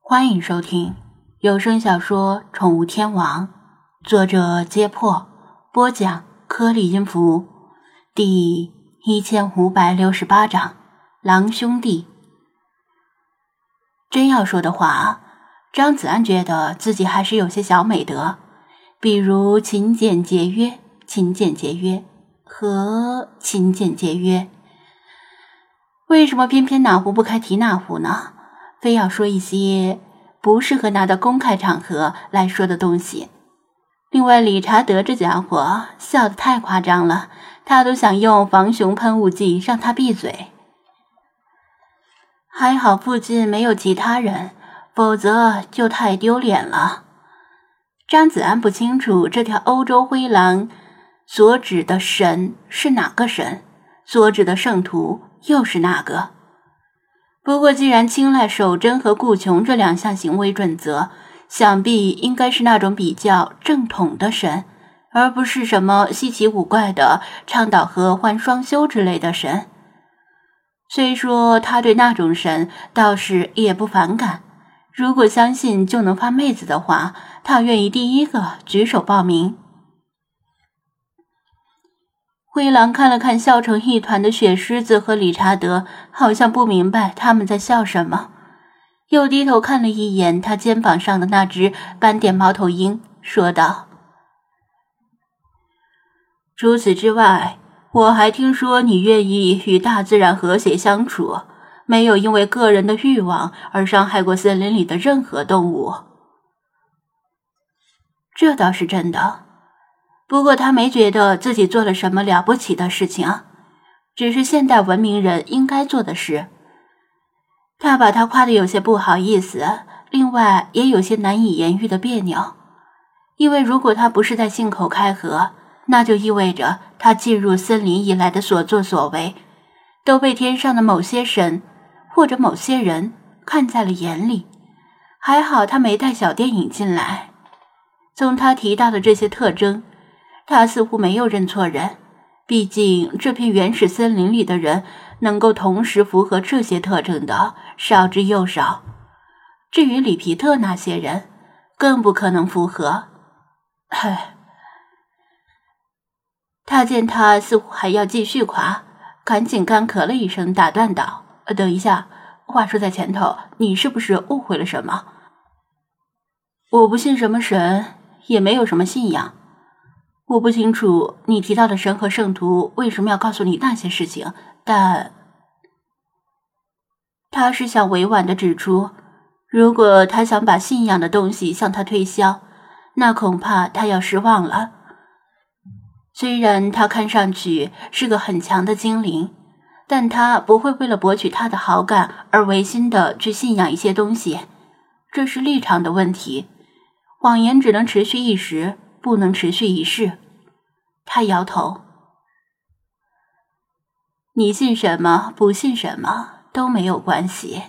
欢迎收听有声小说《宠物天王》，作者揭破，播讲颗粒音符，第1568章狼兄弟。真要说的话，张子安觉得自己还是有些小美德，比如勤俭节约、勤俭节约和勤俭节约。为什么偏偏哪壶不开提哪壶呢？非要说一些不适合拿到公开场合来说的东西。另外，理查德这家伙笑得太夸张了，他都想用防熊喷雾剂让他闭嘴。还好附近没有其他人，否则就太丢脸了。张子安不清楚这条欧洲灰狼所指的神是哪个神，所指的圣徒又是哪个。不过既然青睐守贞和顾穷这两项行为准则，想必应该是那种比较正统的神，而不是什么稀奇古怪的倡导合欢双修之类的神。虽说他对那种神倒是也不反感，如果相信就能发妹子的话，他愿意第一个举手报名。灰狼看了看笑成一团的雪狮子和理查德，好像不明白他们在笑什么，又低头看了一眼他肩膀上的那只斑点猫头鹰，说道：除此之外，我还听说你愿意与大自然和谐相处，没有因为个人的欲望而伤害过森林里的任何动物。这倒是真的，不过他没觉得自己做了什么了不起的事情啊，只是现代文明人应该做的事。他把他夸得有些不好意思，另外也有些难以言喻的别扭，因为如果他不是在信口开河，那就意味着他进入森林以来的所作所为都被天上的某些神或者某些人看在了眼里。还好他没带小电影进来，从他提到的这些特征，他似乎没有认错人，毕竟这片原始森林里的人能够同时符合这些特征的少之又少，至于里皮特那些人更不可能符合。他见他似乎还要继续夸，赶紧干咳了一声，打断道：等一下，话说在前头，你是不是误会了什么？我不信什么神，也没有什么信仰。我不清楚你提到的神和圣徒为什么要告诉你那些事情，但他是想委婉地指出，如果他想把信仰的东西向他推销，那恐怕他要失望了。虽然他看上去是个很强的精灵，但他不会为了博取他的好感而违心地去信仰一些东西，这是立场的问题。谎言只能持续一时，不能持续一世。他摇头。你信什么不信什么都没有关系。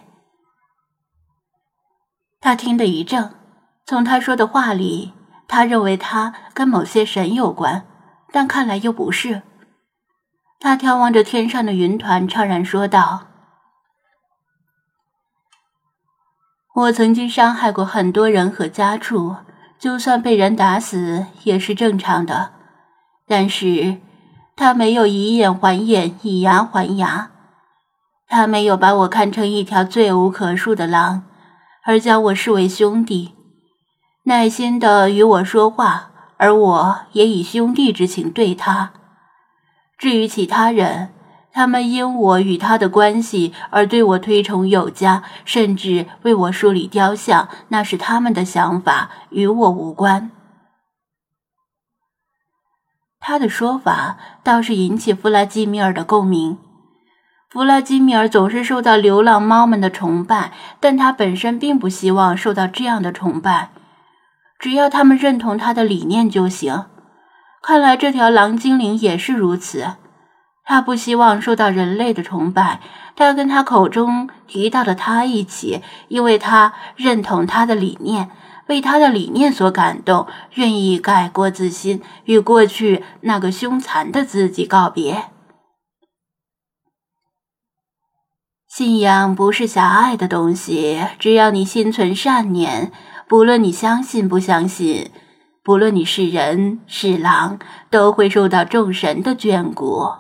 他听得一怔，从他说的话里，他认为他跟某些神有关，但看来又不是。他眺望着天上的云团，怅然说道：我曾经伤害过很多人和家畜，就算被人打死也是正常的，但是他没有以眼还眼，以牙还牙。他没有把我看成一条罪无可恕的狼，而将我视为兄弟，耐心地与我说话，而我也以兄弟之情对他。至于其他人，他们因我与他的关系而对我推崇有加，甚至为我树立雕像，那是他们的想法，与我无关。他的说法倒是引起弗拉基米尔的共鸣。弗拉基米尔总是受到流浪猫们的崇拜，但他本身并不希望受到这样的崇拜，只要他们认同他的理念就行。看来这条狼精灵也是如此，他不希望受到人类的崇拜，他跟他口中提到的他一起，因为他认同他的理念，为他的理念所感动，愿意改过自新，与过去那个凶残的自己告别。 信仰不是狭隘的东西，只要你心存善念，不论你相信不相信，不论你是人是狼，都会受到众神的眷顾。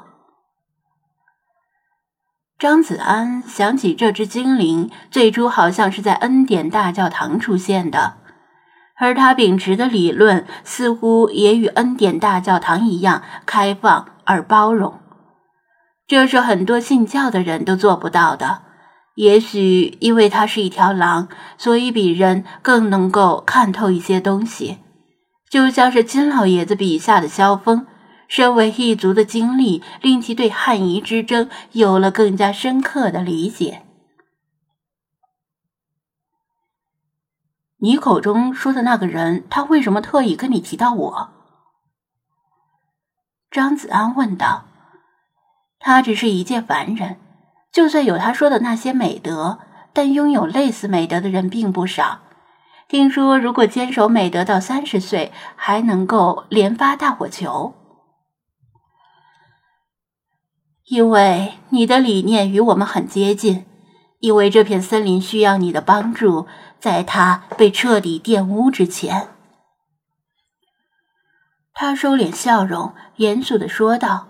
张子安想起这只精灵最初好像是在恩典大教堂出现的，而他秉持的理论似乎也与恩典大教堂一样开放而包容。这是很多信教的人都做不到的，也许因为它是一条狼，所以比人更能够看透一些东西。就像是金老爷子笔下的萧峰，身为一族的经历令其对汉夷之争有了更加深刻的理解。你口中说的那个人，他为什么特意跟你提到我？张子安问道。他只是一介凡人，就算有他说的那些美德，但拥有类似美德的人并不少。听说如果坚守美德到30岁，还能够连发大火球。因为你的理念与我们很接近，因为这片森林需要你的帮助，在它被彻底玷污之前。他收敛笑容，严肃地说道。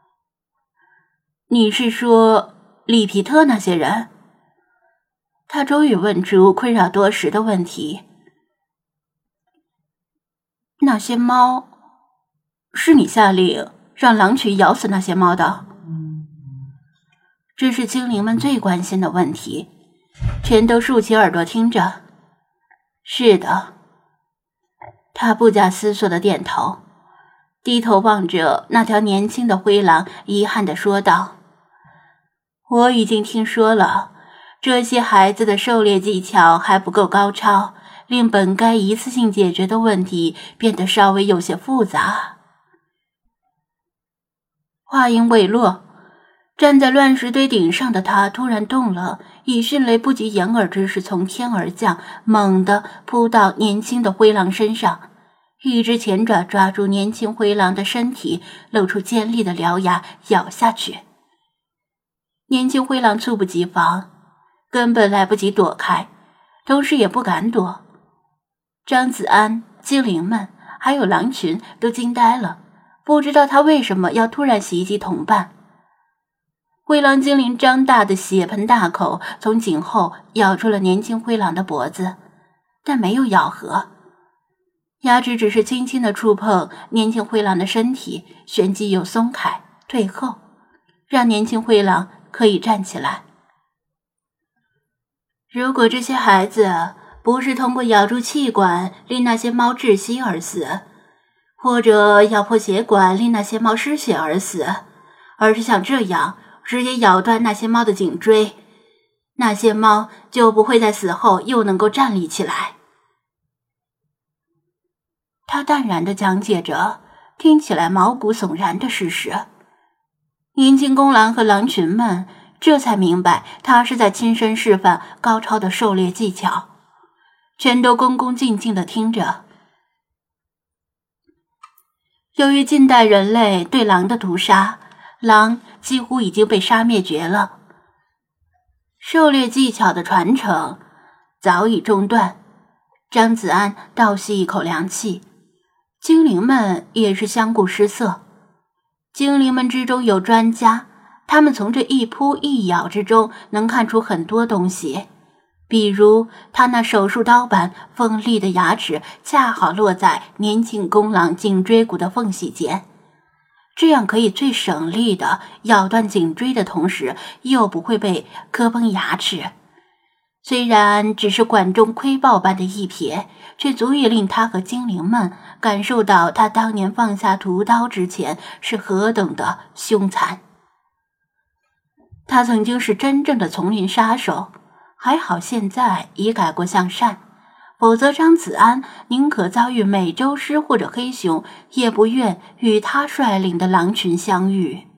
你是说里皮特那些人？他终于问出困扰多时的问题。那些猫，是你下令让狼群咬死那些猫的？这是精灵们最关心的问题，全都竖起耳朵听着。是的，他不假思索地点头，低头望着那条年轻的灰狼，遗憾地说道。我已经听说了，这些孩子的狩猎技巧还不够高超，令本该一次性解决的问题变得稍微有些复杂。话音未落，站在乱石堆顶上的他突然动了，以迅雷不及掩耳之势从天而降，猛地扑到年轻的灰狼身上，一只前爪抓住年轻灰狼的身体，露出尖利的獠牙咬下去。年轻灰狼猝不及防，根本来不及躲开，同时也不敢躲。张子安、精灵们还有狼群都惊呆了，不知道他为什么要突然袭击同伴。灰狼精灵张大的血盆大口从颈后咬住了年轻灰狼的脖子，但没有咬合，牙齿只是轻轻地触碰年轻灰狼的身体，旋即又松开退后，让年轻灰狼可以站起来。如果这些孩子不是通过咬住气管令那些猫窒息而死，或者咬破血管令那些猫失血而死，而是像这样直接咬断那些猫的颈椎，那些猫就不会在死后又能够站立起来。他淡然地讲解着听起来毛骨悚然的事实。年轻公狼和狼群们这才明白他是在亲身示范高超的狩猎技巧，全都恭恭敬敬地听着。由于近代人类对狼的屠杀，狼几乎已经被杀灭绝了，狩猎技巧的传承早已中断。张子安倒吸一口凉气，精灵们也是相顾失色。精灵们之中有专家，他们从这一扑一咬之中能看出很多东西，比如他那手术刀般锋利的牙齿恰好落在年轻公狼颈椎骨的缝隙间，这样可以最省力的咬断颈椎的同时又不会被磕崩牙齿。虽然只是管中窥豹般的一瞥，却足以令他和精灵们感受到他当年放下屠刀之前是何等的凶残。他曾经是真正的丛林杀手，还好现在已改过向善，否则张子安宁可遭遇美洲狮或者黑熊，也不愿与他率领的狼群相遇。